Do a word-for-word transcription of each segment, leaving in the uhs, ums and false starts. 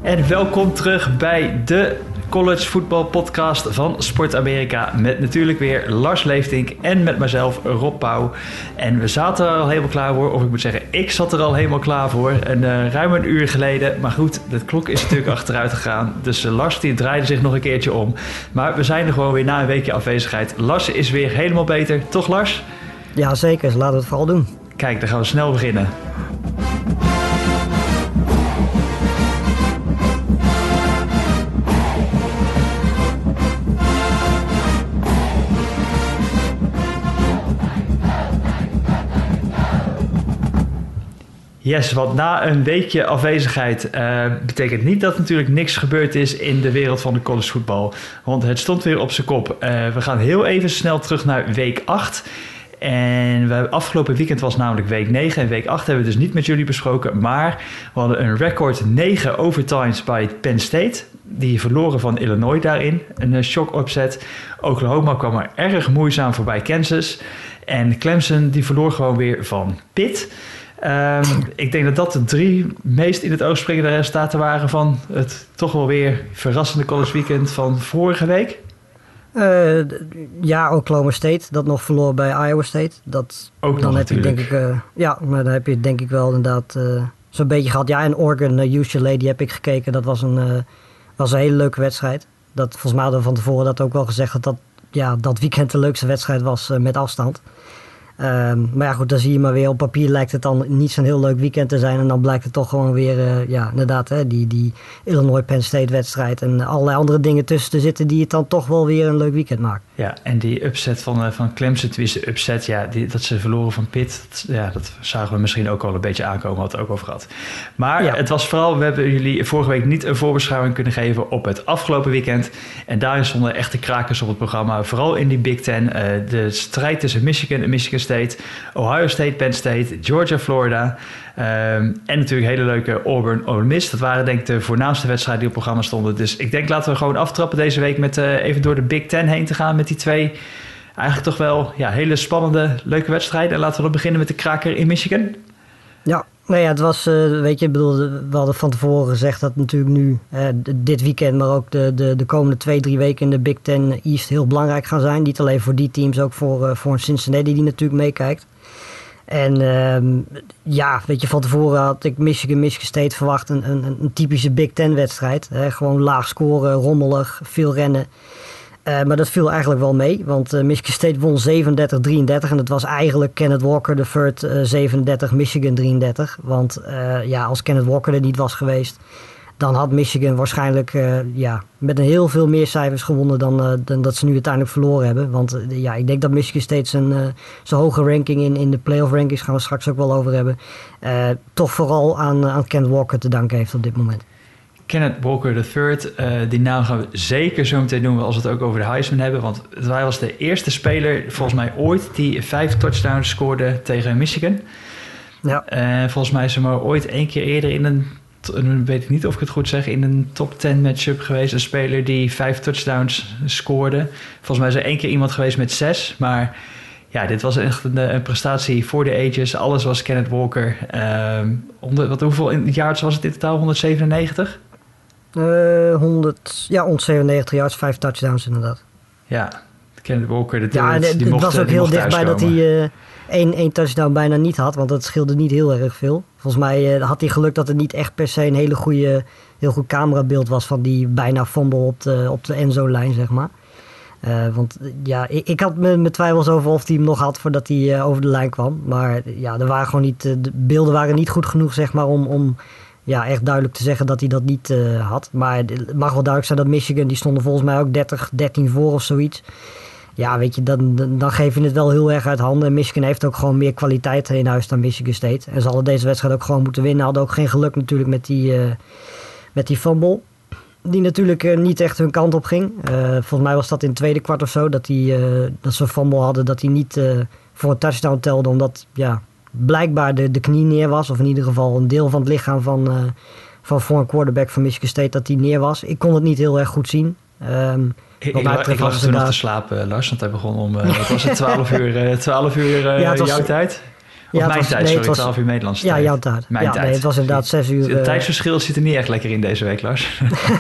En welkom terug bij de College Football Podcast van Sport Amerika. Met natuurlijk weer Lars Leeftink en met mijzelf Rob Pauw. En we zaten er al helemaal klaar voor. Of ik moet zeggen, ik zat er al helemaal klaar voor. Een, uh, ruim een uur geleden. Maar goed, de klok is natuurlijk achteruit gegaan. Dus uh, Lars die draaide zich nog een keertje om. Maar we zijn er gewoon weer na een weekje afwezigheid. Lars is weer helemaal beter. Toch Lars? Ja, zeker. Laten we het vooral doen. Kijk, dan gaan we snel beginnen. Yes, want na een weekje afwezigheid uh, betekent niet dat natuurlijk niks gebeurd is in de wereld van de collegevoetbal. Want het stond weer op zijn kop. Uh, we gaan heel even snel terug naar week acht. En we, afgelopen weekend was namelijk week negen. En week acht hebben we dus niet met jullie besproken. Maar we hadden een record negen overtimes bij Penn State. Die verloren van Illinois daarin. Een uh, shock opzet. Oklahoma kwam er erg moeizaam voorbij Kansas. En Clemson die verloor gewoon weer van Pitt. Um, ik denk dat dat de drie meest in het oog springende resultaten waren van het toch wel weer verrassende college weekend van vorige week. Uh, ja, Oklahoma State, dat nog verloor bij Iowa State. Dat, Ook dan nog heb je denk ik, uh, ja, maar dan heb je denk ik wel inderdaad uh, zo'n beetje gehad. Ja, en Oregon, uh, U C L A, die heb ik gekeken. Dat was een, uh, was een hele leuke wedstrijd. Dat, volgens mij hadden we van tevoren dat ook wel gezegd dat dat, ja, dat weekend de leukste wedstrijd was uh, met afstand. Um, maar ja goed, dan zie je maar weer op papier lijkt het dan niet zo'n heel leuk weekend te zijn. En dan blijkt het toch gewoon weer, uh, ja inderdaad, hè, die, die Illinois-Penn State wedstrijd en allerlei andere dingen tussen te zitten die het dan toch wel weer een leuk weekend maken. Ja, en die upset van, uh, van Clemson, tenminste upset, ja, die, dat ze verloren van Pitt, dat, ja, dat zagen we misschien ook al een beetje aankomen, hadden we het ook over gehad. Maar ja. Het was vooral, we hebben jullie vorige week niet een voorbeschouwing kunnen geven op het afgelopen weekend. En daarin stonden echte krakers op het programma, vooral in die Big Ten. Uh, de strijd tussen Michigan en Michigan State, Ohio State, Penn State, Georgia, Florida. Um, en natuurlijk hele leuke Auburn, Ole Miss. Dat waren denk ik de voornaamste wedstrijden die op het programma stonden. Dus ik denk laten we gewoon aftrappen deze week met uh, even door de Big Ten heen te gaan met die twee eigenlijk toch wel ja, hele spannende, leuke wedstrijden. En laten we dan beginnen met de kraker in Michigan. Ja, nou ja, het was, uh, weet je, ik bedoel, we hadden van tevoren gezegd dat natuurlijk nu, uh, dit weekend, maar ook de, de, de komende twee, drie weken in de Big Ten East heel belangrijk gaan zijn. Niet alleen voor die teams, ook voor, uh, voor een Cincinnati die natuurlijk meekijkt. En uh, ja, weet je, van tevoren had ik Michigan, Michigan State verwacht een, een, een typische Big Ten wedstrijd. Hè? Gewoon laag scoren, rommelig, veel rennen. Uh, maar dat viel eigenlijk wel mee, want uh, Michigan State won zevenendertig drieëndertig en het was eigenlijk Kenneth Walker de third, uh, zevenendertig, Michigan drieëndertig. Want uh, ja, als Kenneth Walker er niet was geweest, dan had Michigan waarschijnlijk uh, ja, met een heel veel meer cijfers gewonnen dan, uh, dan dat ze nu uiteindelijk verloren hebben. Want uh, ja, ik denk dat Michigan State zijn, uh, zijn hoge ranking in, in de playoff rankings, gaan we straks ook wel over hebben, uh, toch vooral aan, aan Kenneth Walker te danken heeft op dit moment. Kenneth Walker de third, uh, die naam gaan we zeker zo meteen noemen als we het ook over de Heisman hebben. Want hij was de eerste speler, volgens mij ooit, die vijf touchdowns scoorde tegen Michigan. Ja. Uh, volgens mij is hij maar ooit één keer eerder in een, een, weet ik niet of ik het goed zeg, in een top ten matchup geweest. Een speler die vijf touchdowns scoorde. Volgens mij is er één keer iemand geweest met zes, maar ja, dit was echt een, een prestatie voor de ages. Alles was Kenneth Walker. Uh, onder, wat, hoeveel yards was het in totaal? honderdzevenennegentig? Uh, honderd, ja, honderdzevenennegentig yards, vijf touchdowns inderdaad. Ja, Kenneth Walker, de ja, third, die het mocht, was ook die heel mocht dichtbij dat hij uh, één, één touchdown bijna niet had, want dat scheelde niet heel erg veel. Volgens mij uh, had hij geluk dat het niet echt per se een hele goede, heel goed camerabeeld was van die bijna fumble op de, op de endzone-lijn, zeg maar. Uh, want ja, ik, ik had mijn twijfels over of hij hem nog had voordat hij uh, over de lijn kwam. Maar ja, er waren gewoon niet, uh, de beelden waren niet goed genoeg, zeg maar, om, om ja, echt duidelijk te zeggen dat hij dat niet uh, had. Maar het mag wel duidelijk zijn dat Michigan, die stonden volgens mij ook dertig dertien voor of zoiets. Ja, weet je, dan, dan geef je het wel heel erg uit handen. En Michigan heeft ook gewoon meer kwaliteit in huis dan Michigan State. En ze hadden deze wedstrijd ook gewoon moeten winnen. Hadden ook geen geluk natuurlijk met die, uh, met die fumble. Die natuurlijk uh, niet echt hun kant op ging. Uh, volgens mij was dat in het tweede kwart of zo. Dat, die, uh, dat ze een fumble hadden. Dat hij niet uh, voor een touchdown telde. Omdat ja, blijkbaar de, de knie neer was. Of in ieder geval een deel van het lichaam van, uh, van voor een quarterback van Michigan State. Dat die neer was. Ik kon het niet heel erg goed zien. Um, Ik, ik, ik lag toen nog te slapen, Lars. Want hij begon om, uh, wat was het, twaalf uur, uh, twaalf uur uh, ja, was, jouw tijd? Of Ja, mijn was, tijd, nee, sorry, was, twaalf uur Nederlandse ja, tijd. jouw tijd. Mijn ja, tijd. Nee, het was inderdaad zes uur. Het uh, tijdsverschil zit er niet echt lekker in deze week, Lars.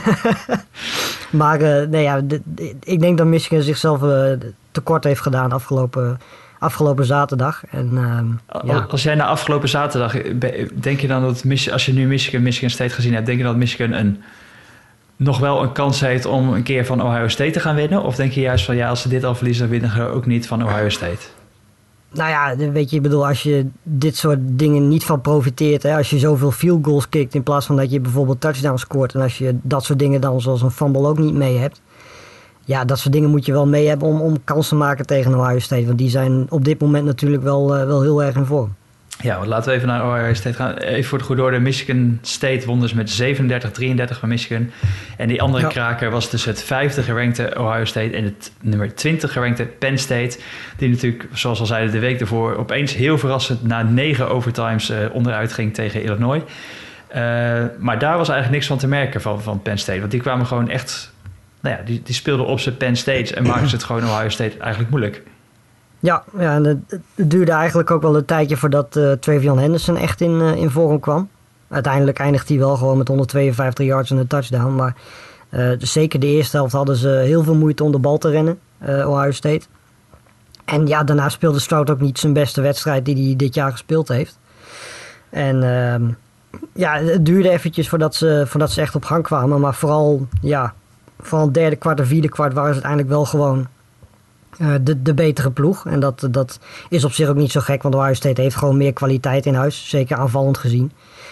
maar uh, nee, ja, de, de, ik denk dat Michigan zichzelf uh, tekort heeft gedaan afgelopen, afgelopen zaterdag. En, uh, als, ja. als jij na afgelopen zaterdag, denk je dan dat, als je nu Michigan, Michigan State gezien hebt, denk je dat Michigan een, nog wel een kans heeft om een keer van Ohio State te gaan winnen? Of denk je juist van, ja, als ze dit al verliezen, dan winnen ze ook niet van Ohio State? Nou ja, weet je, ik bedoel, als je dit soort dingen niet van profiteert, hè, als je zoveel field goals kikt in plaats van dat je bijvoorbeeld touchdowns scoort en als je dat soort dingen dan zoals een fumble ook niet mee hebt, ja, dat soort dingen moet je wel mee hebben om, om kans te maken tegen Ohio State, want die zijn op dit moment natuurlijk wel, uh, wel heel erg in vorm. Ja, want laten we even naar Ohio State gaan. Even voor de goede orde. Michigan State won dus met zevenendertig drieëndertig van Michigan. En die andere ja. kraker was dus het vijfde gerankte Ohio State en het nummer twintig gerankte Penn State. Die natuurlijk, zoals al zeiden, de week ervoor opeens heel verrassend na negen overtimes uh, onderuit ging tegen Illinois. Uh, maar daar was eigenlijk niks van te merken van, van Penn State. Want die kwamen gewoon echt... Nou ja, die, die speelden op zijn Penn State en maakten ze het gewoon Ohio State eigenlijk moeilijk. Ja, ja en het, het duurde eigenlijk ook wel een tijdje voordat uh, Travion Henderson echt in, uh, in vorm kwam. Uiteindelijk eindigt hij wel gewoon met honderdtweeënvijftig yards en een touchdown. Maar uh, dus zeker de eerste helft hadden ze heel veel moeite om de bal te rennen, uh, Ohio State. En ja, daarna speelde Stroud ook niet zijn beste wedstrijd die hij dit jaar gespeeld heeft. En uh, ja, het duurde eventjes voordat ze, voordat ze echt op gang kwamen. Maar vooral, ja, vooral het derde kwart en vierde kwart waren ze uiteindelijk wel gewoon... Uh, de, de betere ploeg. En dat, dat is op zich ook niet zo gek, want Ohio State heeft gewoon meer kwaliteit in huis. Zeker aanvallend gezien.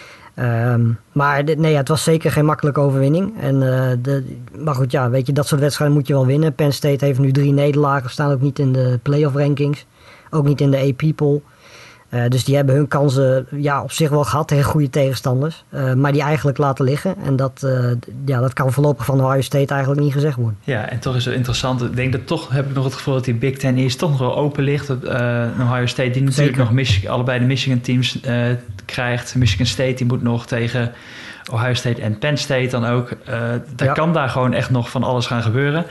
Um, maar de, nee, ja, het was zeker geen makkelijke overwinning. En, uh, de, maar goed, ja, weet je, dat soort wedstrijden moet je wel winnen. Penn State heeft nu drie nederlagen, staan ook niet in de playoff rankings. Ook niet in de A P-poll. Uh, dus die hebben hun kansen ja, op zich wel gehad tegen goede tegenstanders. Uh, maar die eigenlijk laten liggen. En dat, uh, ja, dat kan voorlopig van Ohio State eigenlijk niet gezegd worden. Ja, en toch is het interessant. Ik denk dat toch, heb ik nog het gevoel dat die Big Ten East toch nog wel open ligt. Uh, Ohio State die natuurlijk Zeker. nog Michigan, allebei de Michigan teams uh, krijgt. Michigan State die moet nog tegen Ohio State en Penn State dan ook. Uh, daar ja. kan daar gewoon echt nog van alles gaan gebeuren.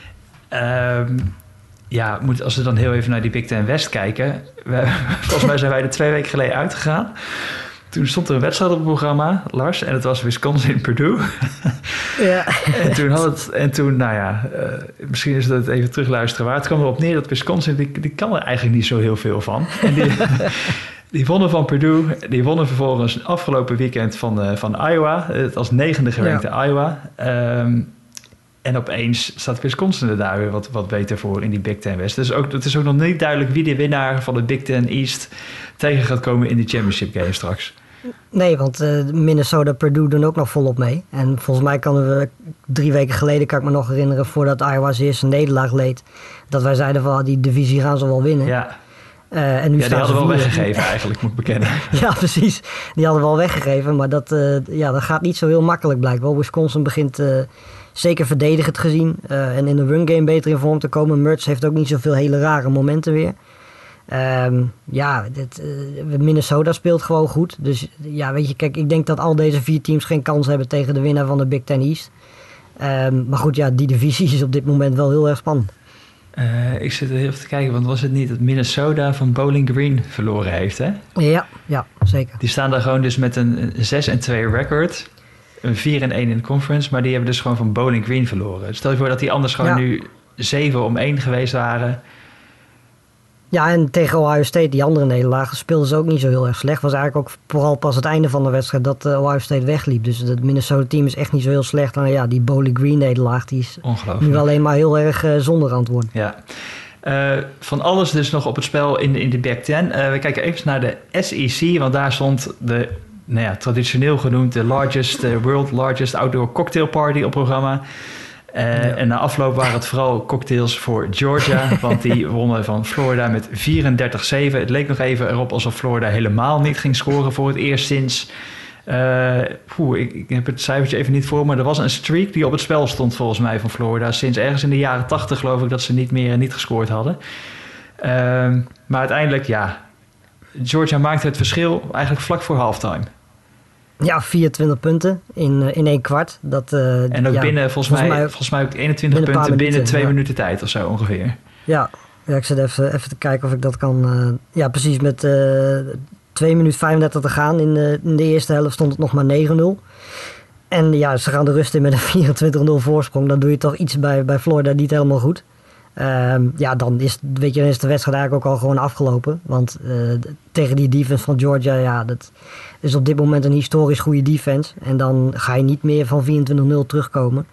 Uh, Ja, moet, als we dan heel even naar die Big Ten West kijken. We, volgens mij zijn wij er twee weken geleden uitgegaan. Toen stond er een wedstrijd op het programma, Lars. En het was Wisconsin-Purdue. Ja. en toen had het... En toen, nou ja... Uh, misschien is het even terugluisteren waar. Het kwam erop neer dat Wisconsin... Die, die kan er eigenlijk niet zo heel veel van. En die, die wonnen van Purdue. Die wonnen vervolgens afgelopen weekend van, uh, van Iowa. Het als negende gerankte ja. Iowa. Um, En opeens staat Wisconsin er daar weer wat, wat beter voor in die Big Ten West. Dus ook, het is ook nog niet duidelijk wie de winnaar van de Big Ten East tegen gaat komen in die championship game straks. Nee, want uh, Minnesota, Purdue doen ook nog volop mee. En volgens mij kan we drie weken geleden, kan ik me nog herinneren, voordat Iowa zijn eerste nederlaag leed, dat wij zeiden van die divisie gaan ze wel winnen. Ja. Uh, en nu ja, die hadden we wel vier. weggegeven eigenlijk, moet ik bekennen. Ja, precies. Die hadden we al weggegeven, maar dat, uh, ja, dat gaat niet zo heel makkelijk blijkbaar. Wisconsin begint... Uh, Zeker verdedigend gezien uh, en in de run game beter in vorm te komen. Mertz heeft ook niet zoveel hele rare momenten weer. Um, ja, dit, uh, Minnesota speelt gewoon goed. Dus ja, weet je, kijk, ik denk dat al deze vier teams geen kans hebben tegen de winnaar van de Big Ten East. Um, maar goed, ja, die divisie is op dit moment wel heel erg spannend. Uh, ik zit er even te kijken, want was het niet dat Minnesota van Bowling Green verloren heeft, hè? Ja, ja, zeker. Die staan daar gewoon dus met een zes en twee record... Een vier en één in de conference, maar die hebben dus gewoon van Bowling Green verloren. Stel je voor dat die anders gewoon ja. nu zeven om één geweest waren. Ja, en tegen Ohio State, die andere nederlagen, speelden ze ook niet zo heel erg slecht. Was eigenlijk ook vooral pas het einde van de wedstrijd dat uh, Ohio State wegliep. Dus het Minnesota team is echt niet zo heel slecht. En ja, die Bowling Green nederlaag, die is nu alleen maar heel erg uh, zonder antwoord. Ja. Uh, van alles dus nog op het spel in, in de Big Ten. Uh, we kijken even naar de S E C, want daar stond de... Nou ja, traditioneel genoemd de largest, uh, world largest outdoor cocktail party op programma. Uh, ja. En na afloop waren het vooral cocktails voor Georgia, want die wonnen van Florida met vierendertig zeven. Het leek nog even erop alsof Florida helemaal niet ging scoren voor het eerst sinds... Uh, poeh, ik, ik heb het cijfertje even niet voor, maar er was een streak die op het spel stond volgens mij van Florida. Sinds ergens in de jaren tachtig geloof ik dat ze niet meer niet gescoord hadden. Uh, maar uiteindelijk, ja, Georgia maakte het verschil eigenlijk vlak voor halftime. Ja, vierentwintig punten in, uh, in één kwart. Dat, uh, en ook ja, binnen, volgens, volgens, mij, mij, volgens mij ook eenentwintig binnen punten binnen twee ja. minuten tijd of zo ongeveer. Ja, Ja, ik zit even, even te kijken of ik dat kan... Uh, ja, precies. Met uh, twee minuten vijfendertig te gaan. In de, in de eerste helft stond het nog maar negen nul. En ja, ze gaan de rust in met een vierentwintig nul voorsprong. Dan doe je toch iets bij, bij Florida niet helemaal goed. Uh, ja, dan is, weet je, dan is de wedstrijd eigenlijk ook al gewoon afgelopen. Want uh, tegen die defense van Georgia, ja, dat is op dit moment een historisch goede defense. En dan ga je niet meer van vierentwintig nul terugkomen.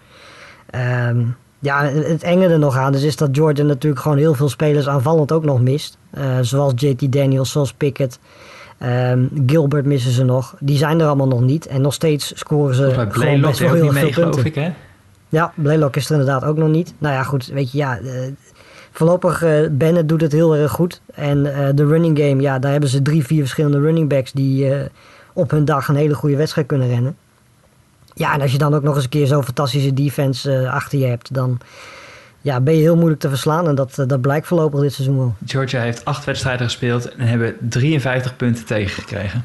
Uh, ja, het enge er nog aan dus is dat Georgia natuurlijk gewoon heel veel spelers aanvallend ook nog mist. Uh, zoals J T Daniels, zoals Pickett. Um, Gilbert missen ze nog. Die zijn er allemaal nog niet. En nog steeds scoren ze gewoon Blaylock best wel heel veel punten. Geloof ik, hè? Ja, Blaylock is er inderdaad ook nog niet. Nou ja, goed, weet je, ja... Uh, voorlopig, uh, Bennett doet het heel erg goed. En uh, de running game, ja, daar hebben ze drie, vier verschillende running backs... die uh, op hun dag een hele goede wedstrijd kunnen rennen. Ja, en als je dan ook nog eens een keer zo'n fantastische defense uh, achter je hebt... dan ja, ben je heel moeilijk te verslaan. En dat, uh, dat blijkt voorlopig dit seizoen wel. Georgia heeft acht wedstrijden gespeeld... en hebben drieënvijftig punten tegengekregen.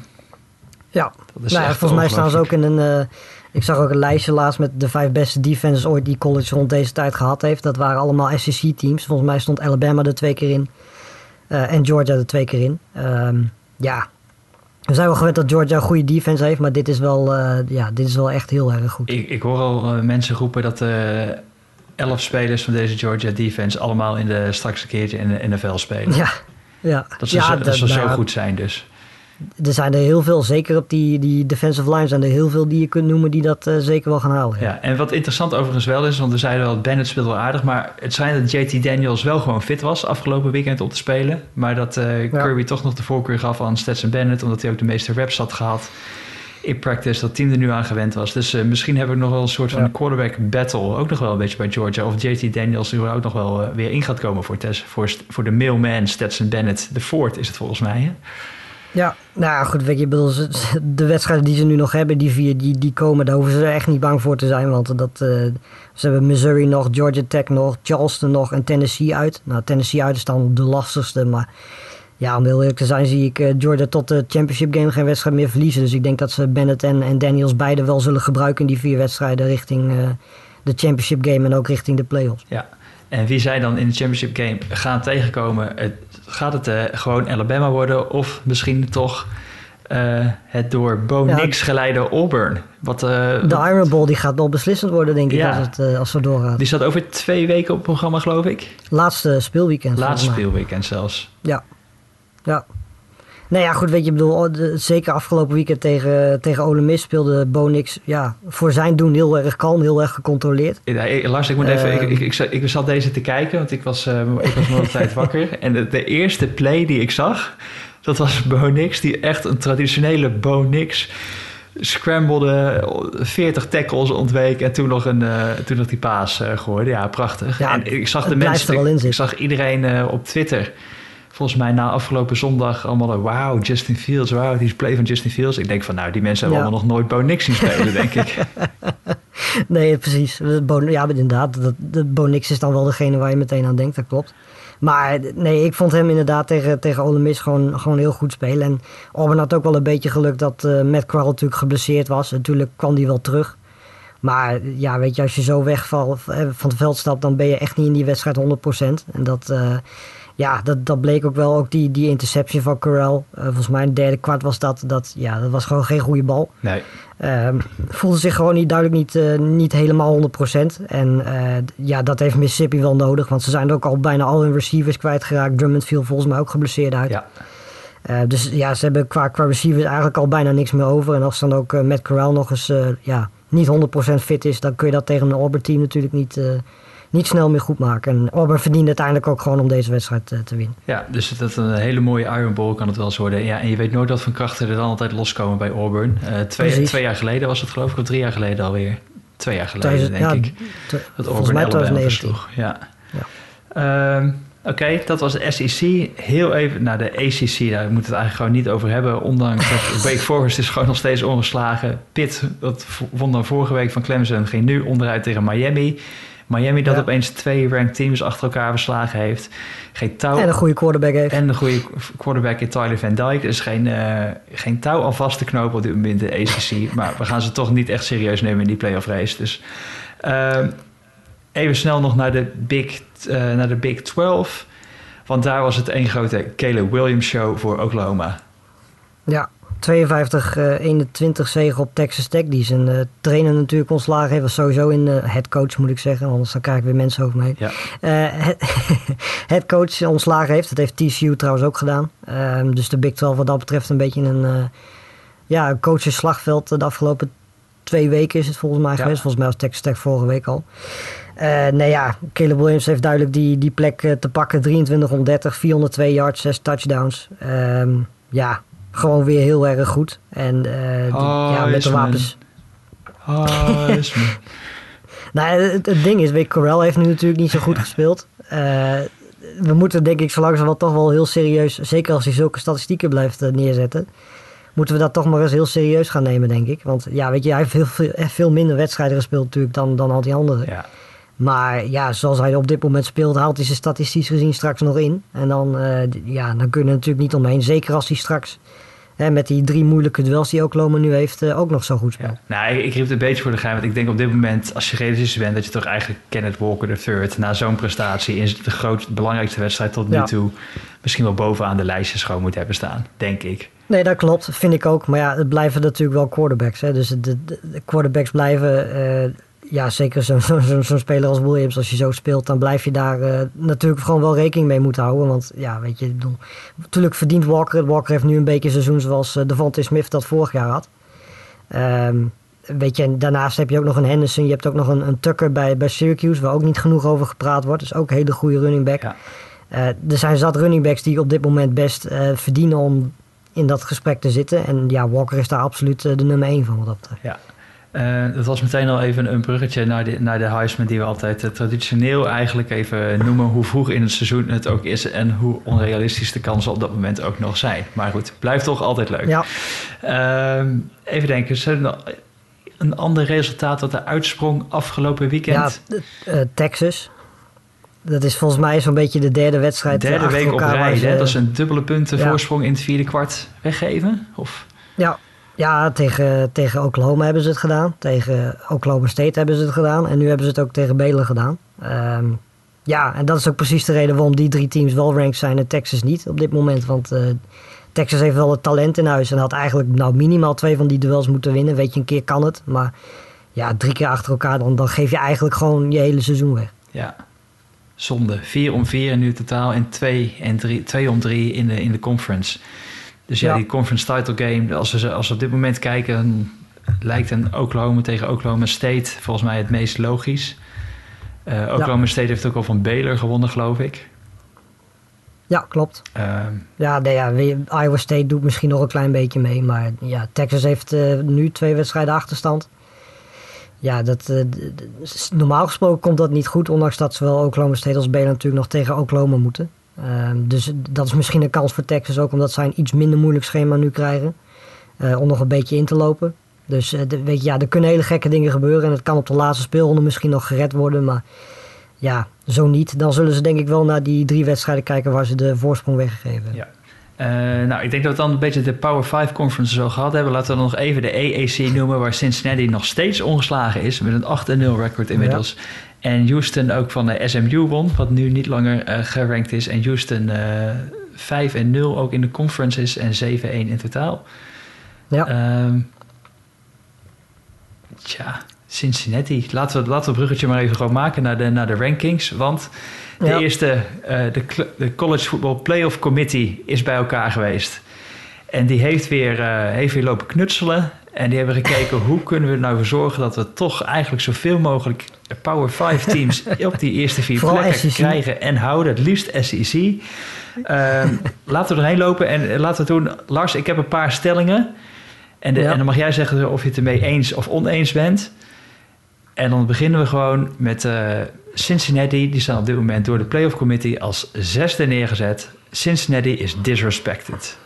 Ja, nou ja, volgens mij staan ze ook in een... Uh, ik zag ook een lijstje laatst met de vijf beste defenses ooit die college rond deze tijd gehad heeft. Dat waren allemaal S E C-teams. Volgens mij stond Alabama er twee keer in. Uh, en Georgia er twee keer in. Um, ja, we zijn wel gewend dat Georgia een goede defense heeft. Maar dit is wel, uh, ja, dit is wel echt heel erg goed. Ik, ik hoor al uh, mensen roepen dat de uh, elf spelers van deze Georgia defense... allemaal in de straks een keertje in de N F L spelen. Ja, ja. Dat ze, ja, zo, dat ze nou, zo goed zijn dus. Er zijn er heel veel, zeker op die, die defensive line zijn er heel veel die je kunt noemen die dat uh, zeker wel gaan halen. Ja. ja, en wat interessant overigens wel is, want we zeiden wel, Bennett speelde wel aardig, maar het schijnt dat J T Daniels wel gewoon fit was afgelopen weekend om te spelen. Maar dat uh, Kirby ja. toch nog de voorkeur gaf aan Stetson Bennett, omdat hij ook de meeste reps had gehad in practice, dat team er nu aan gewend was. Dus uh, misschien hebben we nog wel een soort van ja. quarterback battle, ook nog wel een beetje bij Georgia, of J T Daniels er ook nog wel uh, weer in gaat komen voor, tes, voor, voor de mailman Stetson Bennett. De Ford is het volgens mij, hè? Ja, nou ja, goed, weet je, bedoel, de wedstrijden die ze nu nog hebben, die vier, die, die komen, daar hoeven ze echt niet bang voor te zijn, want dat, uh, ze hebben Missouri nog, Georgia Tech nog, Charleston nog en Tennessee uit. Nou, Tennessee uit is dan de lastigste, maar ja, om heel eerlijk te zijn zie ik uh, Georgia tot de championship game geen wedstrijd meer verliezen. Dus ik denk dat ze Bennett en, en Daniels beide wel zullen gebruiken in die vier wedstrijden richting uh, de championship game en ook richting de playoffs. Ja. En wie zij dan in de championship game gaan tegenkomen, het, gaat het uh, gewoon Alabama worden of misschien toch uh, het door Bo ja, Nix geleide Auburn? Wat, uh, de wat, Iron Bowl die gaat wel beslissend worden, denk ja, ik, als het, uh, als het doorgaat. Die staat over twee weken op het programma, geloof ik. Laatste speelweekend. Laatste speelweekend zelfs. Ja, ja. Nou ja, goed, weet je, bedoel, zeker afgelopen weekend tegen, tegen Ole Miss speelde Bo Nix, ja, voor zijn doen heel erg kalm, heel erg gecontroleerd. Ja, ik, Lars, ik moet even, uh, ik, ik, ik, ik zat deze te kijken, want ik was, uh, ik was nog een tijd wakker. En de, de eerste play die ik zag, dat was Bo Nix, die echt een traditionele Bo Nix scrambelde, veertig tackles ontweek en toen nog, een, uh, toen nog die paas uh, gooide. Ja, prachtig. Ja, en ik zag de mensen, ik, ik zag iedereen uh, op Twitter... Volgens mij na afgelopen zondag allemaal... Wauw, Justin Fields, wauw, die play van Justin Fields. Ik denk van, nou, die mensen hebben ja. allemaal nog nooit Bo Nix zien spelen, denk ik. Nee, precies. Bo, ja, inderdaad. De, de Bo Nix is dan wel degene waar je meteen aan denkt, dat klopt. Maar nee, ik vond hem inderdaad tegen, tegen Ole Miss gewoon, gewoon heel goed spelen. En Auburn had ook wel een beetje geluk dat uh, Matt Corral natuurlijk geblesseerd was. Natuurlijk kwam hij wel terug. Maar ja, weet je, als je zo wegvalt van het veld stapt... dan ben je echt niet in die wedstrijd honderd procent. En dat... Uh, Ja, dat, dat bleek ook wel. Ook die, die interception van Corral. Uh, volgens mij in het derde kwart was dat. Dat, ja, dat was gewoon geen goede bal. Nee. Uh, voelde zich gewoon niet duidelijk niet, uh, niet helemaal honderd procent. En uh, ja, dat heeft Mississippi wel nodig. Want ze zijn ook al bijna al hun receivers kwijtgeraakt. Drummond viel volgens mij ook geblesseerd uit. Ja. Uh, dus ja, ze hebben qua, qua receivers eigenlijk al bijna niks meer over. En als dan ook uh, Matt Corral nog eens uh, ja, niet honderd procent fit is... dan kun je dat tegen een Auburn team natuurlijk niet... Uh, niet snel meer goed maken. En Auburn verdient uiteindelijk ook gewoon om deze wedstrijd uh, te winnen. Ja, dus dat is een hele mooie Iron Bowl kan het wel eens worden. Ja, en je weet nooit wat van krachten er dan altijd loskomen bij Auburn. Uh, twee, twee jaar geleden was het geloof ik, of drie jaar geleden alweer. Twee jaar geleden Thuis, denk ja, ik. Te, dat Auburn Alabama versloeg. Ja. ja. Um, Oké, okay, dat was de S E C. Heel even naar de A C C. Daar moeten we het eigenlijk gewoon niet over hebben. Ondanks dat Wake Forest is gewoon nog steeds ongeslagen. Pitt, dat won dan vorige week van Clemson, ging nu onderuit tegen Miami. Miami dat ja. opeens twee ranked teams achter elkaar verslagen heeft. Geen touw, en een goede quarterback heeft. En een goede quarterback in Tyler Van Dyke. Dus geen, uh, geen touw aan vast te knopen op dit moment in de A C C. Maar we gaan ze toch niet echt serieus nemen in die playoff race. Dus uh, even snel nog naar de Big, uh, naar de Big twaalf. Want daar was het één grote Caleb Williams show voor Oklahoma. Ja, tweeënvijftig eenentwintig zege op Texas Tech. Die zijn uh, trainer natuurlijk ontslagen heeft. Was sowieso in uh, headcoach moet ik zeggen. Anders dan krijg ik weer mensen over me heen. Ja. Uh, headcoach ontslagen heeft. Dat heeft T C U trouwens ook gedaan. Uh, dus de Big twaalf wat dat betreft een beetje een, uh, ja, een coachesslagveld. De afgelopen twee weken is het volgens mij ja. geweest. Volgens mij was Texas Tech vorige week al. Uh, nee ja, Caleb Williams heeft duidelijk die, die plek uh, te pakken. drieëntwintig honderddertig, vierhonderdtwee yards, zes touchdowns. Um, ja, gewoon weer heel erg goed. En uh, oh, ja, met de wapens. Oh, is me. Nou, het, het ding is, weet Corral heeft nu natuurlijk niet zo goed gespeeld. Uh, we moeten denk ik zo langzamerhand toch wel heel serieus, zeker als hij zulke statistieken blijft uh, neerzetten, moeten we dat toch maar eens heel serieus gaan nemen, denk ik. Want ja, weet je, hij heeft veel, veel, veel minder wedstrijden gespeeld natuurlijk dan, dan al die anderen. Ja. Maar ja, zoals hij op dit moment speelt, haalt hij ze statistisch gezien straks nog in. En dan, uh, ja, dan kun je er natuurlijk niet omheen. Zeker als hij straks hè, met die drie moeilijke duels die Oklahoma nu heeft, uh, ook nog zo goed speelt. Ja. Nou, ik, ik riep het een beetje voor de geheim. Want ik denk op dit moment, als je realistisch bent, dat je toch eigenlijk Kenneth Walker de third na zo'n prestatie in de groot, belangrijkste wedstrijd tot nu ja. toe misschien wel bovenaan de lijstjes gewoon moet hebben staan, denk ik. Nee, dat klopt. Vind ik ook. Maar ja, het blijven natuurlijk wel quarterbacks. Hè. Dus de, de, de quarterbacks blijven... Uh, ja, zeker zo'n zo, zo, zo speler als Williams, als je zo speelt, dan blijf je daar uh, natuurlijk gewoon wel rekening mee moeten houden. Want ja, weet je, ik bedoel, natuurlijk verdient Walker. Walker heeft nu een beetje een seizoen zoals uh, Devontae Smith dat vorig jaar had. Um, weet je, en daarnaast heb je ook nog een Henderson. Je hebt ook nog een, een Tucker bij, bij Syracuse, waar ook niet genoeg over gepraat wordt. Dus ook een hele goede running back. Ja. Uh, er zijn zat running backs die op dit moment best uh, verdienen om in dat gesprek te zitten. En ja, Walker is daar absoluut uh, de nummer één van wat dat betreft. Ja. Uh, dat was meteen al even een bruggetje naar de, naar de Heisman die we altijd uh, traditioneel eigenlijk even noemen hoe vroeg in het seizoen het ook is en hoe onrealistisch de kansen op dat moment ook nog zijn. Maar goed, blijft toch altijd leuk. Ja. Uh, even denken, is er nog een ander resultaat dat er uitsprong afgelopen weekend? Ja, uh, Texas. Dat is volgens mij zo'n beetje de derde wedstrijd. De derde week op rij, ze, hè? Dat is een dubbele punten ja. voorsprong in het vierde kwart weggeven? Of? Ja. Ja, tegen, tegen Oklahoma hebben ze het gedaan. Tegen Oklahoma State hebben ze het gedaan. En nu hebben ze het ook tegen Baylor gedaan. Um, ja, en dat is ook precies de reden waarom die drie teams wel ranked zijn en Texas niet op dit moment. Want uh, Texas heeft wel het talent in huis en had eigenlijk nou minimaal twee van die duels moeten winnen. Weet je, een keer kan het. Maar ja, drie keer achter elkaar, dan, dan geef je eigenlijk gewoon je hele seizoen weg. Ja, zonde. Vier om vier en nu totaal en twee, en drie, twee om drie in de, in de conference. Dus ja, ja, die conference title game, als we, als we op dit moment kijken, lijkt een Oklahoma tegen Oklahoma State volgens mij het meest logisch. Uh, Oklahoma ja. State heeft ook al van Baylor gewonnen, geloof ik. Ja, klopt. Uh, ja, nee, ja, Iowa State doet misschien nog een klein beetje mee, maar ja, Texas heeft uh, nu twee wedstrijden achterstand. Ja, dat, uh, d- d- normaal gesproken komt dat niet goed, ondanks dat zowel Oklahoma State als Baylor natuurlijk nog tegen Oklahoma moeten. Uh, dus dat is misschien een kans voor Texas ook, omdat zij een iets minder moeilijk schema nu krijgen. Uh, om nog een beetje in te lopen. Dus uh, de, weet je, ja, er kunnen hele gekke dingen gebeuren. En het kan op de laatste speelronde misschien nog gered worden. Maar ja, zo niet. Dan zullen ze denk ik wel naar die drie wedstrijden kijken waar ze de voorsprong weggegeven hebben. Ja. Uh, nou, ik denk dat we dan een beetje de Power vijf Conference zo gehad hebben. Laten we dan nog even de A A C noemen, waar Cincinnati nog steeds ongeslagen is. Met een acht en nul record inmiddels. Ja. En Houston ook van de S M U won, wat nu niet langer uh, gerankt is. En Houston uh, vijf en nul ook in de conference is en zeven één in totaal. Ja. Um, tja, Cincinnati. Laten we, laten we het bruggetje maar even gewoon maken naar de, naar de rankings. Want de ja. eerste, uh, de, de College Football Playoff Committee is bij elkaar geweest. En die heeft weer, uh, heeft weer lopen knutselen. En die hebben gekeken hoe kunnen we er nou voor zorgen dat we toch eigenlijk zoveel mogelijk Power vijf teams op die eerste vier Vooral plekken S E C krijgen en houden. Het liefst S E C. Uh, laten we erheen lopen en laten we doen. Lars, ik heb een paar stellingen. En, de, ja. en dan mag jij zeggen of je het ermee eens of oneens bent. En dan beginnen we gewoon met uh, Cincinnati. Die staan op dit moment door de Playoff Committee als zesde neergezet. Cincinnati is disrespected.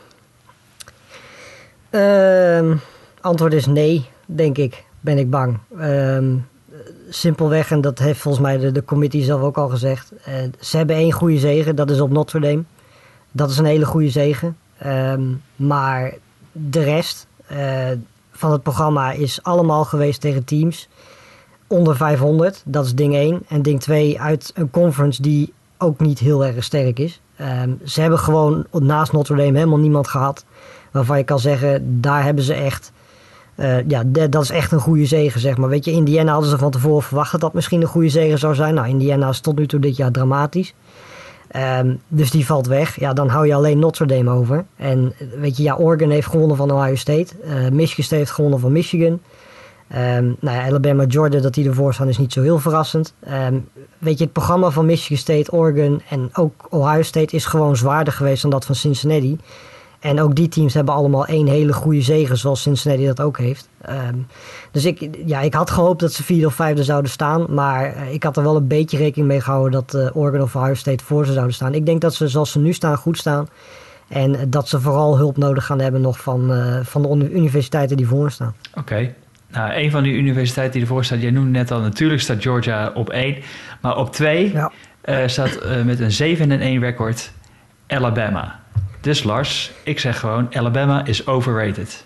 Uh, antwoord is nee, denk ik. Ben ik bang. Uh, simpelweg, en dat heeft volgens mij de, de committee zelf ook al gezegd. Uh, ze hebben één goede zege, dat is op Notre Dame. Dat is een hele goede zege. Uh, maar de rest uh, van het programma is allemaal geweest tegen teams onder vijfhonderd. Dat is ding één. En ding twee uit een conference die ook niet heel erg sterk is. Um, ze hebben gewoon naast Notre Dame helemaal niemand gehad waarvan je kan zeggen, daar hebben ze echt... Uh, ja, de, dat is echt een goede zege, zeg maar. Weet je, Indiana hadden ze van tevoren verwacht dat dat misschien een goede zege zou zijn. Nou, Indiana is tot nu toe dit jaar dramatisch. Um, dus die valt weg. Ja, dan hou je alleen Notre Dame over. En weet je, ja, Oregon heeft gewonnen van Ohio State. Uh, Michigan State heeft gewonnen van Michigan. Um, nou ja, Alabama, Georgia, dat die ervoor staan is niet zo heel verrassend. Um, weet je, het programma van Michigan State, Oregon en ook Ohio State is gewoon zwaarder geweest dan dat van Cincinnati. En ook die teams hebben allemaal één hele goede zege, zoals Cincinnati dat ook heeft. Um, dus ik, ja, ik had gehoopt dat ze vierde of vijfde zouden staan. Maar uh, ik had er wel een beetje rekening mee gehouden dat uh, Oregon of Ohio State voor ze zouden staan. Ik denk dat ze zoals ze nu staan goed staan. En uh, dat ze vooral hulp nodig gaan hebben nog van, uh, van de universiteiten die voor staan. Oké. Okay. Nou, een van die universiteiten die ervoor staat, jij noemde net al, natuurlijk staat Georgia op één. Maar op twee ja. uh, staat uh, met een zeven en één record Alabama. Dus Lars, ik zeg gewoon, Alabama is overrated.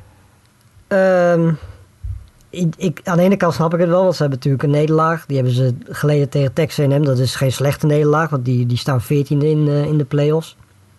Um, ik, ik, aan de ene kant snap ik het wel, want ze hebben natuurlijk een nederlaag. Die hebben ze geleden tegen Texas A en M. Dat is geen slechte nederlaag, want die, die staan veertiende in, uh, in de playoffs.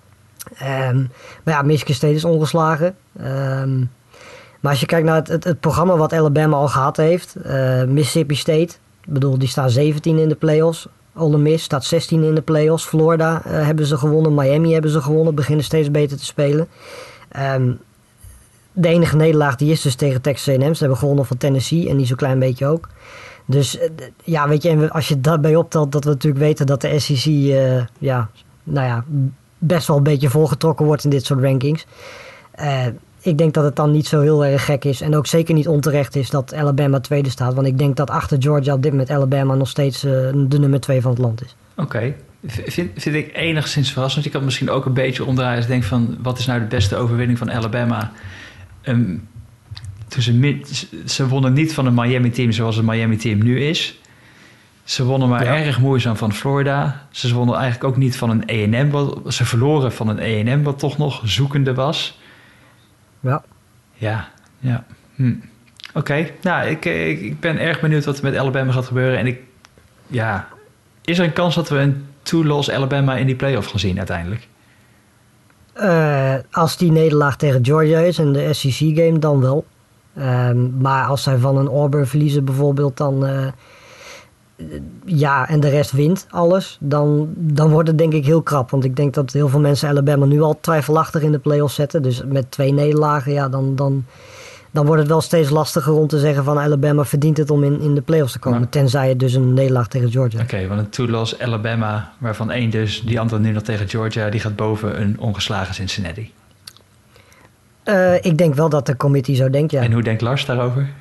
Um, maar ja, Michigan State is ongeslagen. Um, maar als je kijkt naar het, het, het programma wat Alabama al gehad heeft. Uh, Mississippi State, ik bedoel, die staan zeventiende in de playoffs. Ole Miss staat zestiende in de playoffs. Florida uh, hebben ze gewonnen. Miami hebben ze gewonnen. Beginnen steeds beter te spelen. Um, de enige nederlaag die is dus tegen Texas A en M. Ze hebben gewonnen van Tennessee en niet zo'n klein beetje ook. Dus uh, ja, weet je, en als je daarbij optelt dat we natuurlijk weten dat de S E C uh, ja, nou ja, best wel een beetje volgetrokken wordt in dit soort rankings. Uh, ik denk dat het dan niet zo heel erg gek is. En ook zeker niet onterecht is dat Alabama tweede staat. Want ik denk dat achter Georgia op dit moment Alabama nog steeds uh, de nummer twee van het land is. Oké. Okay. Vind, vind ik enigszins verrassend. Ik had misschien ook een beetje omdraaien. Als ik denk van, wat is nou de beste overwinning van Alabama? Um, toen ze, ze wonnen niet van een Miami-team zoals het Miami-team nu is. Ze wonnen maar ja. erg moeizaam van Florida. Ze wonnen eigenlijk ook niet van een A en M. Wat, ze verloren van een A en M wat toch nog zoekende was. Ja. Ja, ja. Hm. Oké, okay. nou, ik, ik, ik ben erg benieuwd wat er met Alabama gaat gebeuren. En ik, ja, is er een kans dat we een two-loss Alabama in die playoff gaan zien uiteindelijk? Uh, als die nederlaag tegen Georgia is en de S E C-game, dan wel. Um, maar als zij van een Auburn verliezen bijvoorbeeld, dan... Uh, ja, en de rest wint alles, dan, dan wordt het denk ik heel krap. Want ik denk dat heel veel mensen Alabama nu al twijfelachtig in de playoffs zetten. Dus met twee nederlagen, ja, dan, dan, dan wordt het wel steeds lastiger om te zeggen van Alabama verdient het om in, in de playoffs te komen. Maar, tenzij het dus een nederlaag tegen Georgia. Oké, okay, want een two-loss Alabama, waarvan één dus, die andere nu nog tegen Georgia, die gaat boven een ongeslagen Cincinnati. Uh, ik denk wel dat de committee zo denkt, ja. En hoe denkt Lars daarover?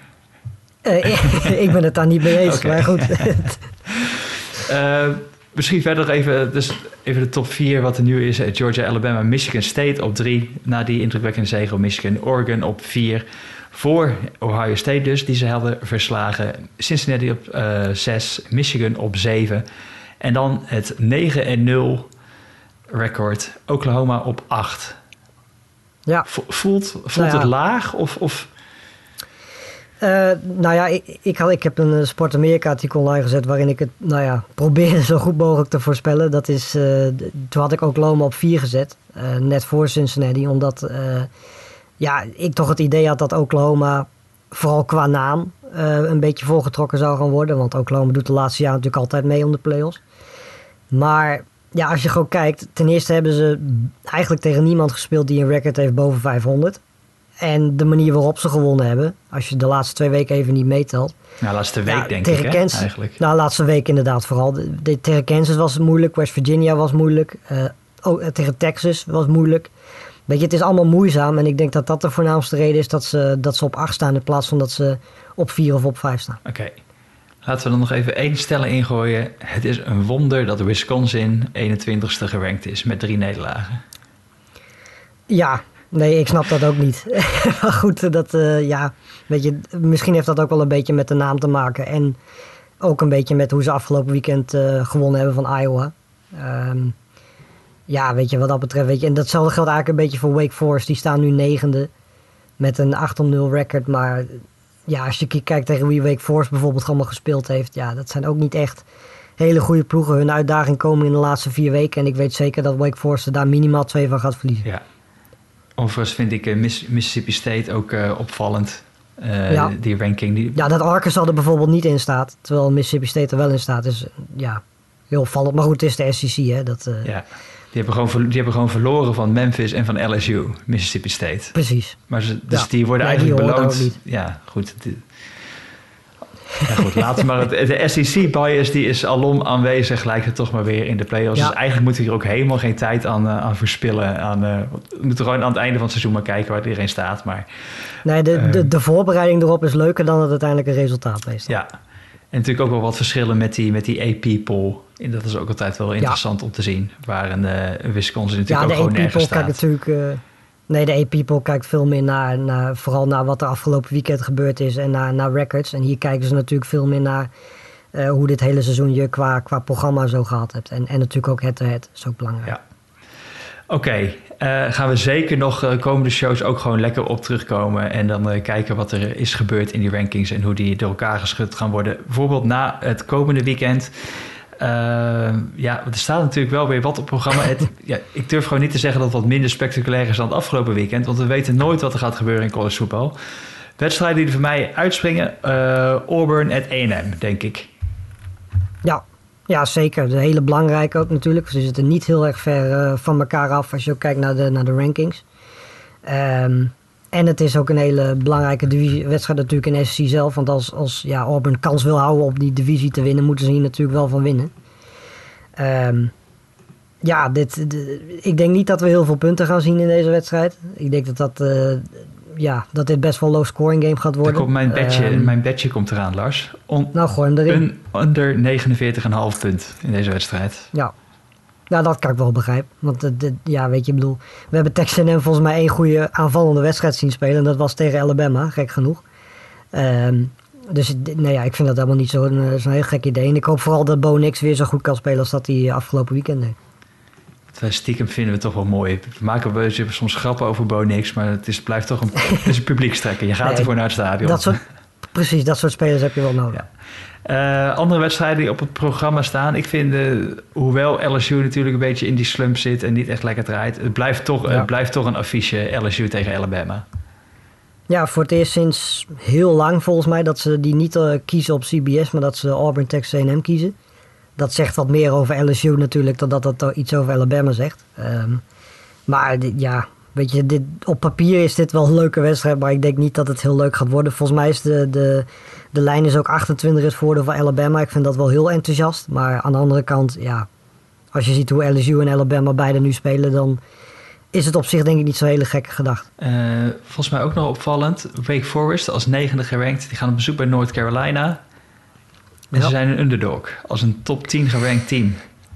Uh, ik ben het daar niet mee eens, okay. Maar goed. uh, misschien verder even, dus even de top vier wat er nu is. Georgia, Alabama, Michigan State op drie. Na die indrukwekkende zege op Michigan. Oregon op vier. Voor Ohio State dus, die ze hadden verslagen. Cincinnati op uh, zes. Michigan op zeven. En dan het negen en nul record. Oklahoma op acht. Ja. Voelt, voelt nou ja. het laag of... of Uh, nou ja, ik, ik, had, ik heb een Sport Amerika artikel online gezet waarin ik het, nou ja, probeerde zo goed mogelijk te voorspellen. Dat is, uh, toen had ik Oklahoma op vier gezet, uh, net voor Cincinnati, omdat uh, ja, ik toch het idee had dat Oklahoma vooral qua naam uh, een beetje volgetrokken zou gaan worden. Want Oklahoma doet de laatste jaren natuurlijk altijd mee om de playoffs. Maar ja, als je gewoon kijkt, ten eerste hebben ze eigenlijk tegen niemand gespeeld die een record heeft boven vijfhonderd. En de manier waarop ze gewonnen hebben, als je de laatste twee weken even niet meetelt. Nou, laatste week ja, denk tegen ik, Kansas, hè, eigenlijk. Nou, laatste week inderdaad vooral. De, de, tegen Kansas was het moeilijk, West Virginia was moeilijk. Uh, oh, tegen Texas was moeilijk. Weet je, het is allemaal moeizaam. En ik denk dat dat de voornaamste reden is dat ze, dat ze op acht staan in plaats van dat ze op vier of op vijf staan. Oké. Okay. Laten we dan nog even één stelling ingooien. Het is een wonder dat Wisconsin eenentwintigste gerankt is met drie nederlagen. Ja, nee, ik snap dat ook niet. Maar goed, dat, uh, ja, weet je, misschien heeft dat ook wel een beetje met de naam te maken. En ook een beetje met hoe ze afgelopen weekend uh, gewonnen hebben van Iowa. Um, ja, weet je, wat dat betreft. Weet je, en datzelfde geldt eigenlijk een beetje voor Wake Forest. Die staan nu negende met een acht nul record. Maar ja, als je kijkt tegen wie Wake Forest bijvoorbeeld allemaal gespeeld heeft. Ja, dat zijn ook niet echt hele goede ploegen hun uitdaging komen in de laatste vier weken. En ik weet zeker dat Wake Forest er daar minimaal twee van gaat verliezen. Ja. Overigens vind ik uh, Miss, Mississippi State ook uh, opvallend. Uh, ja. Die ranking. Die... Ja, dat Arkansas er bijvoorbeeld niet in staat. Terwijl Mississippi State er wel in staat. Dus ja, heel opvallend. Maar goed, het is de S E C, hè. Dat, uh... Ja. Die hebben, gewoon, die hebben gewoon verloren van Memphis en van L S U, Mississippi State. Precies. Maar ze, dus ja. die worden ja, eigenlijk die beloond. Ja, goed. Die, ja, goed, laten we maar. Het, de S E C-bias die is alom aanwezig, lijkt het toch maar weer in de play-offs. Ja. Dus eigenlijk moeten we hier ook helemaal geen tijd aan, uh, aan verspillen. Aan, uh, we moeten gewoon aan het einde van het seizoen maar kijken waar iedereen staat. Maar, nee, de, uh, de, de voorbereiding erop is leuker dan het uiteindelijke resultaat meestal. Ja, en natuurlijk ook wel wat verschillen met die, met die A P-poll. En dat is ook altijd wel interessant ja. om te zien. Waar een, uh, een Wisconsin natuurlijk ja, ook gewoon nergens staat. Kijkt natuurlijk, uh, nee, de A P-poll kijkt veel meer naar, naar, vooral naar wat er afgelopen weekend gebeurd is en naar, naar records. En hier kijken ze natuurlijk veel meer naar uh, hoe dit hele seizoen je qua, qua programma zo gehad hebt. En, en natuurlijk ook head-to-head, is ook belangrijk. Ja. Oké, okay, uh, gaan we zeker nog uh, komende shows ook gewoon lekker op terugkomen. En dan uh, kijken wat er is gebeurd in die rankings en hoe die door elkaar geschud gaan worden. Bijvoorbeeld na het komende weekend. Uh, ja, er staat natuurlijk wel weer wat op het programma. Het, ja, ik durf gewoon niet te zeggen dat het wat minder spectaculair is dan het afgelopen weekend. Want we weten nooit wat er gaat gebeuren in college voetbal. Wedstrijden die er voor mij uitspringen. Uh, Auburn at A en M, denk ik. Ja. Ja, zeker. De hele belangrijke ook natuurlijk. Ze zitten niet heel erg ver uh, van elkaar af als je ook kijkt naar de, naar de rankings. Um, en het is ook een hele belangrijke divisie, wedstrijd natuurlijk in S E C zelf. Want als, als ja, Auburn kans wil houden op die divisie te winnen, moeten ze hier natuurlijk wel van winnen. Um, ja, dit, de, ik denk niet dat we heel veel punten gaan zien in deze wedstrijd. Ik denk dat dat... Uh, Ja, dat dit best wel low scoring game gaat worden. Komt mijn bedje, um, mijn bedje komt eraan, Lars. On, nou, gooi hem erin. Een onder negenenveertig komma vijf punt in deze wedstrijd. Ja. Ja, dat kan ik wel begrijpen. Want de, de, ja, weet je, ik bedoel, we hebben Texas A en M volgens mij één goede aanvallende wedstrijd zien spelen. En dat was tegen Alabama, gek genoeg. Um, dus nou ja, ik vind dat helemaal niet zo'n zo'n heel gek idee. En ik hoop vooral dat Bo Nix weer zo goed kan spelen als dat hij afgelopen weekend deed. Stiekem vinden we het toch wel mooi. We maken we soms grappen over Bo Nix, maar het is, blijft toch een, het is een publiekstrekker. Je gaat nee, ervoor naar het stadion. Dat soort, precies, dat soort spelers heb je wel nodig. Ja. Uh, andere wedstrijden die op het programma staan. Ik vind, uh, hoewel L S U natuurlijk een beetje in die slump zit en niet echt lekker draait, het blijft toch, ja. het blijft toch een affiche L S U tegen Alabama. Ja, voor het eerst sinds heel lang volgens mij dat ze die niet uh, kiezen op C B S, maar dat ze Auburn Texas A en M kiezen. Dat zegt wat meer over L S U natuurlijk dan dat dat iets over Alabama zegt. Um, maar dit, ja, weet je, dit, op papier is dit wel een leuke wedstrijd, maar ik denk niet dat het heel leuk gaat worden. Volgens mij is de, de, de lijn is ook achtentwintig het voordeel van Alabama. Ik vind dat wel heel enthousiast. Maar aan de andere kant, ja, als je ziet hoe L S U en Alabama beide nu spelen, dan is het op zich denk ik niet zo'n hele gekke gedachte. Uh, volgens mij ook nog opvallend, Wake Forest als negende gerankt, die gaan op bezoek bij North Carolina. En ja. Ze zijn een underdog, als een top tien gerankt team.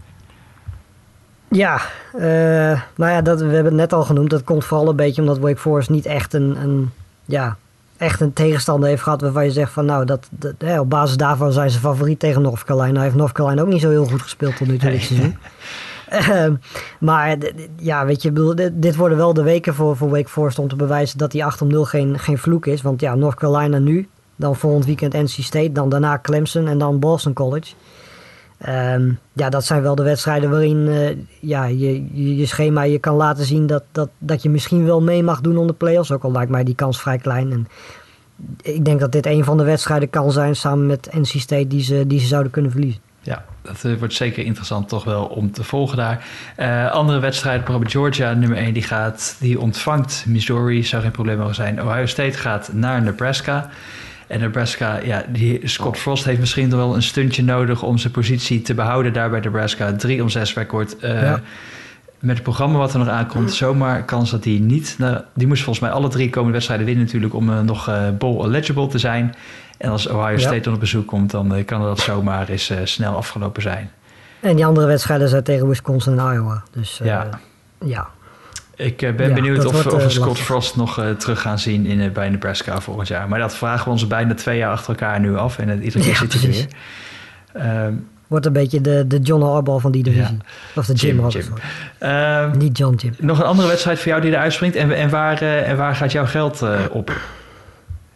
Ja, uh, nou ja, dat, we hebben het net al genoemd. Dat komt vooral een beetje omdat Wake Forest niet echt een, een, ja, echt een tegenstander heeft gehad waarvan je zegt van nou, dat, dat, ja, op basis daarvan zijn ze favoriet tegen North Carolina. Heeft North Carolina ook niet zo heel goed gespeeld tot nu toe dit seizoen. Uh, maar ja, weet je, bedoel, dit, dit worden wel de weken voor, voor Wake Forest om te bewijzen dat die acht om nul geen, geen vloek is. Want ja, North Carolina nu, dan volgend weekend N C State, dan daarna Clemson en dan Boston College. Um, ja, dat zijn wel de wedstrijden waarin uh, ja, je, je, je schema je kan laten zien dat, dat, dat je misschien wel mee mag doen om de play-offs. Ook al lijkt mij die kans vrij klein. En ik denk dat dit een van de wedstrijden kan zijn samen met N C State die ze, die ze zouden kunnen verliezen. Ja, dat uh, wordt zeker interessant toch wel om te volgen daar. Uh, andere wedstrijden, bijvoorbeeld Georgia, nummer één, die, gaat, die ontvangt Missouri, zou geen probleem mogen zijn. Ohio State gaat naar Nebraska. En Nebraska, ja, die Scott Frost heeft misschien nog wel een stuntje nodig om zijn positie te behouden daar bij Nebraska. drie om zes record. Uh, ja. Met het programma wat er nog aankomt, zomaar kans dat die niet... Nou, die moest volgens mij alle drie komende wedstrijden winnen natuurlijk om uh, nog uh, bowl eligible te zijn. En als Ohio State ja. dan op bezoek komt, dan uh, kan dat zomaar eens uh, snel afgelopen zijn. En die andere wedstrijden zijn tegen Wisconsin en Iowa. Dus uh, ja. ja. Ik uh, ben ja, benieuwd of, wordt, uh, of we Scott lastig. Frost nog uh, terug gaan zien in, uh, bij Nebraska volgend jaar. Maar dat vragen we ons bijna twee jaar achter elkaar nu af. En uh, iedere keer ja, zit hij weer. Um, Wordt een beetje de, de John Harbaugh van die divisie. Ja. Of de Jim, Jim Harbaugh. Um, Niet John Jim. Nog een andere wedstrijd voor jou die eruit springt. En, en, waar, uh, en waar gaat jouw geld uh, op?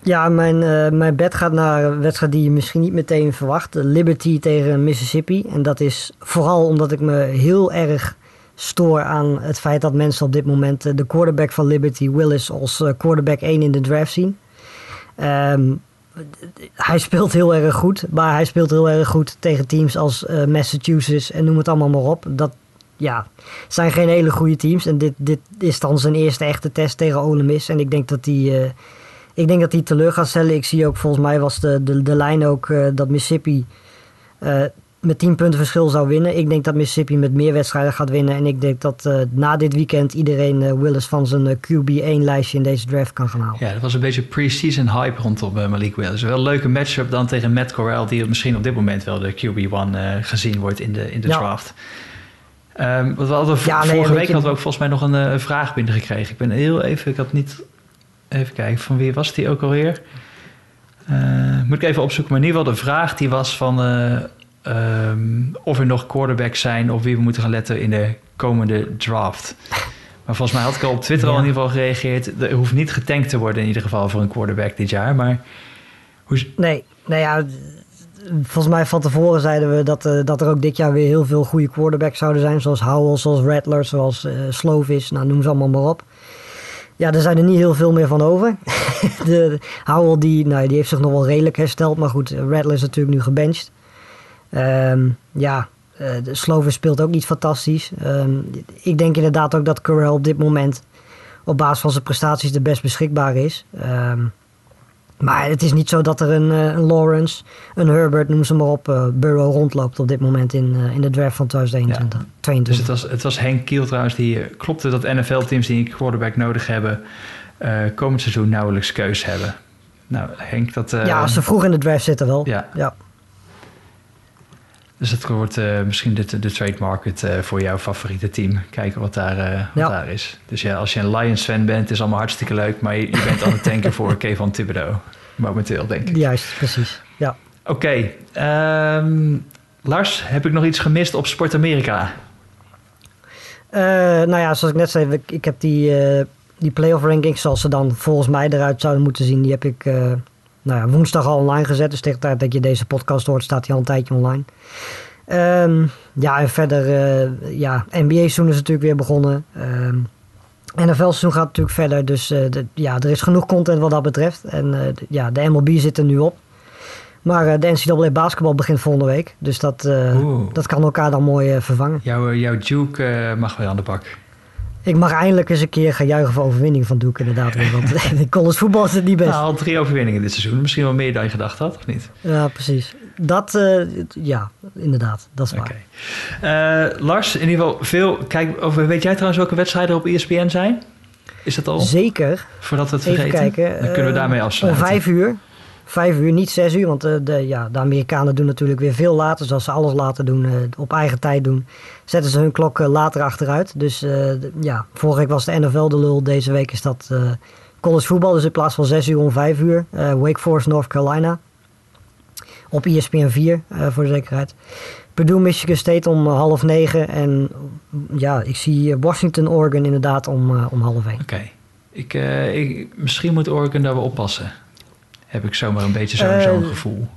Ja, mijn, uh, mijn bet gaat naar een wedstrijd die je misschien niet meteen verwacht. Liberty tegen Mississippi. En dat is vooral omdat ik me heel erg stoor aan het feit dat mensen op dit moment uh, de quarterback van Liberty, Willis, als uh, quarterback één in de draft zien. Um, hij speelt heel erg goed, maar hij speelt heel erg goed tegen teams als uh, Massachusetts en noem het allemaal maar op. Dat ja, zijn geen hele goede teams. En dit, dit is dan zijn eerste echte test tegen Ole Miss. En ik denk dat hij... Uh, Ik denk dat hij teleur gaat stellen. Ik zie ook, volgens mij was de, de, de lijn ook uh, dat Mississippi uh, met tien punten verschil zou winnen. Ik denk dat Mississippi met meer wedstrijden gaat winnen. En ik denk dat uh, na dit weekend iedereen uh, Willis van zijn uh, Q B één lijstje in deze draft kan gaan halen. Ja, dat was een beetje pre-season hype rondom uh, Malik Willis. Wel een leuke matchup dan tegen Matt Corral, die misschien op dit moment wel de Q B één uh, gezien wordt in de, in de ja. draft. Um, wat we hadden, ja, nee, vorige week je... hadden we ook volgens mij nog een uh, vraag binnengekregen. Ik ben heel even, ik had niet... Even kijken, van wie was die ook alweer? Uh, moet ik even opzoeken. Maar in ieder geval de vraag die was van... Uh, um, of er nog quarterbacks zijn... op wie we moeten gaan letten in de komende draft. Maar volgens mij had ik al op Twitter ja. al in ieder geval gereageerd. Er hoeft niet getankt te worden in ieder geval voor een quarterback dit jaar. Maar hoe... Nee, nou ja... Volgens mij van tevoren zeiden we dat, uh, dat er ook dit jaar weer heel veel goede quarterbacks zouden zijn. Zoals Howell, zoals Rattler, zoals uh, Slovis. Nou, noem ze allemaal maar op. Ja, er zijn er niet heel veel meer van over. de, Howell die, nou, die heeft zich nog wel redelijk hersteld. Maar goed, Rattler is natuurlijk nu gebenched. Um, ja, uh, de Slovis speelt ook niet fantastisch. Um, ik denk inderdaad ook dat Corral op dit moment... op basis van zijn prestaties de best beschikbaar is. Um, maar het is niet zo dat er een, een Lawrence, een Herbert, noem ze maar op... Uh, Burrow rondloopt op dit moment in, uh, in de draft van twintig eenentwintig. Ja. tweeëntwintig. Dus het was, het was Henk Kiel trouwens, die klopte dat N F L-teams die een quarterback nodig hebben... Uh, komend seizoen nauwelijks keus hebben. Nou, Henk, dat... Uh, ja, als ze vroeg in de draft zitten wel. Ja. ja. Dus dat wordt uh, misschien de, de trade market uh, voor jouw favoriete team. Kijken wat daar, uh, wat ja. daar is. Dus ja, als je een Lions-fan bent, is allemaal hartstikke leuk... maar je, je bent aan het tanken voor Kayvon Thibodeau. Momenteel, denk ik. Juist, precies. Ja. Oké. Okay, um, Lars, heb ik nog iets gemist op Sport Amerika? Uh, nou ja, zoals ik net zei, ik, ik heb die, uh, die playoff rankings... zoals ze dan volgens mij eruit zouden moeten zien... die heb ik uh, nou ja, woensdag al online gezet. Dus tegen de tijd dat je deze podcast hoort... staat die al een tijdje online. Um, ja, en verder... Uh, ja, N B A-seizoen is natuurlijk weer begonnen... Um, N F L-seizoen gaat natuurlijk verder, dus uh, de, ja, er is genoeg content wat dat betreft. En uh, de, ja, de M L B zit er nu op. Maar uh, de N C double A basketbal begint volgende week. Dus dat, uh, dat kan elkaar dan mooi uh, vervangen. Jouw, jouw Duke uh, mag weer aan de bak. Ik mag eindelijk eens een keer gaan juichen voor overwinning van Duke inderdaad. Weer, want in college voetbal is het niet best. Nou, al drie overwinningen dit seizoen. Misschien wel meer dan je gedacht had, of niet? Ja, precies. Dat, uh, ja, inderdaad. Dat is waar. Okay. Uh, Lars, in ieder geval veel... Kijk, over, weet jij trouwens welke wedstrijden op E S P N zijn? Is dat al? Zeker. Voordat we het vergeten? Even kijken. Dan kunnen we daarmee afsluiten. Om vijf uur. Vijf uur, niet zes uur. Want uh, de, ja, de Amerikanen doen natuurlijk weer veel later. Dus als ze alles laten doen, uh, op eigen tijd doen... zetten ze hun klok uh, later achteruit. Dus uh, de, ja, vorige week was de N F L de lul. Deze week is dat uh, college voetbal. Dus in plaats van zes uur om vijf uur. Uh, Wake Forest, North Carolina. Op E S P N vier, uh, voor de zekerheid. Purdue, Michigan State om uh, half negen. En ja, ik zie Washington, Oregon inderdaad om, uh, om half één. Oké. Okay. Ik, uh, ik, misschien moet Oregon daar wel oppassen. Heb ik zomaar een beetje zo, uh, zo'n gevoel.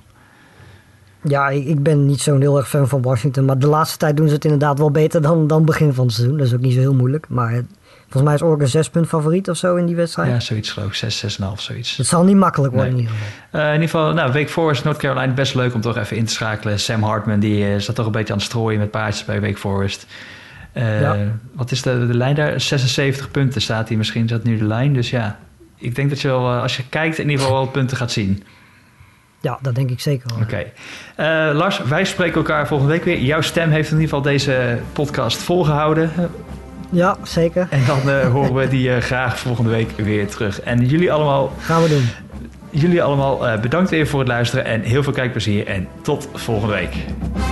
Ja, ik, ik ben niet zo'n heel erg fan van Washington. Maar de laatste tijd doen ze het inderdaad wel beter dan, dan begin van het seizoen. Dat is ook niet zo heel moeilijk. Maar volgens mij is Oregon zes punt favoriet of zo in die wedstrijd. Ja, zoiets geloof ik. zes, zes komma vijf, zoiets. Het zal niet makkelijk worden nee. in ieder geval. Uh, in ieder geval, nou, Wake Forest, North Carolina, best leuk om toch even in te schakelen. Sam Hartman, die uh, zat toch een beetje aan het strooien met paardjes bij Wake Forest. Uh, ja. Wat is de, de lijn daar? zesenzeventig punten staat hier. Misschien is dat nu de lijn. Dus ja, ik denk dat je wel, uh, als je kijkt, in ieder geval wel punten gaat zien. Ja, dat denk ik zeker wel. Oké. Okay. Uh, Lars, wij spreken elkaar volgende week weer. Jouw stem heeft in ieder geval deze podcast volgehouden. Ja, zeker. En dan uh, horen we die uh, graag volgende week weer terug. En jullie allemaal... Gaan we doen. Jullie allemaal uh, bedankt weer voor het luisteren en heel veel kijkplezier. En tot volgende week.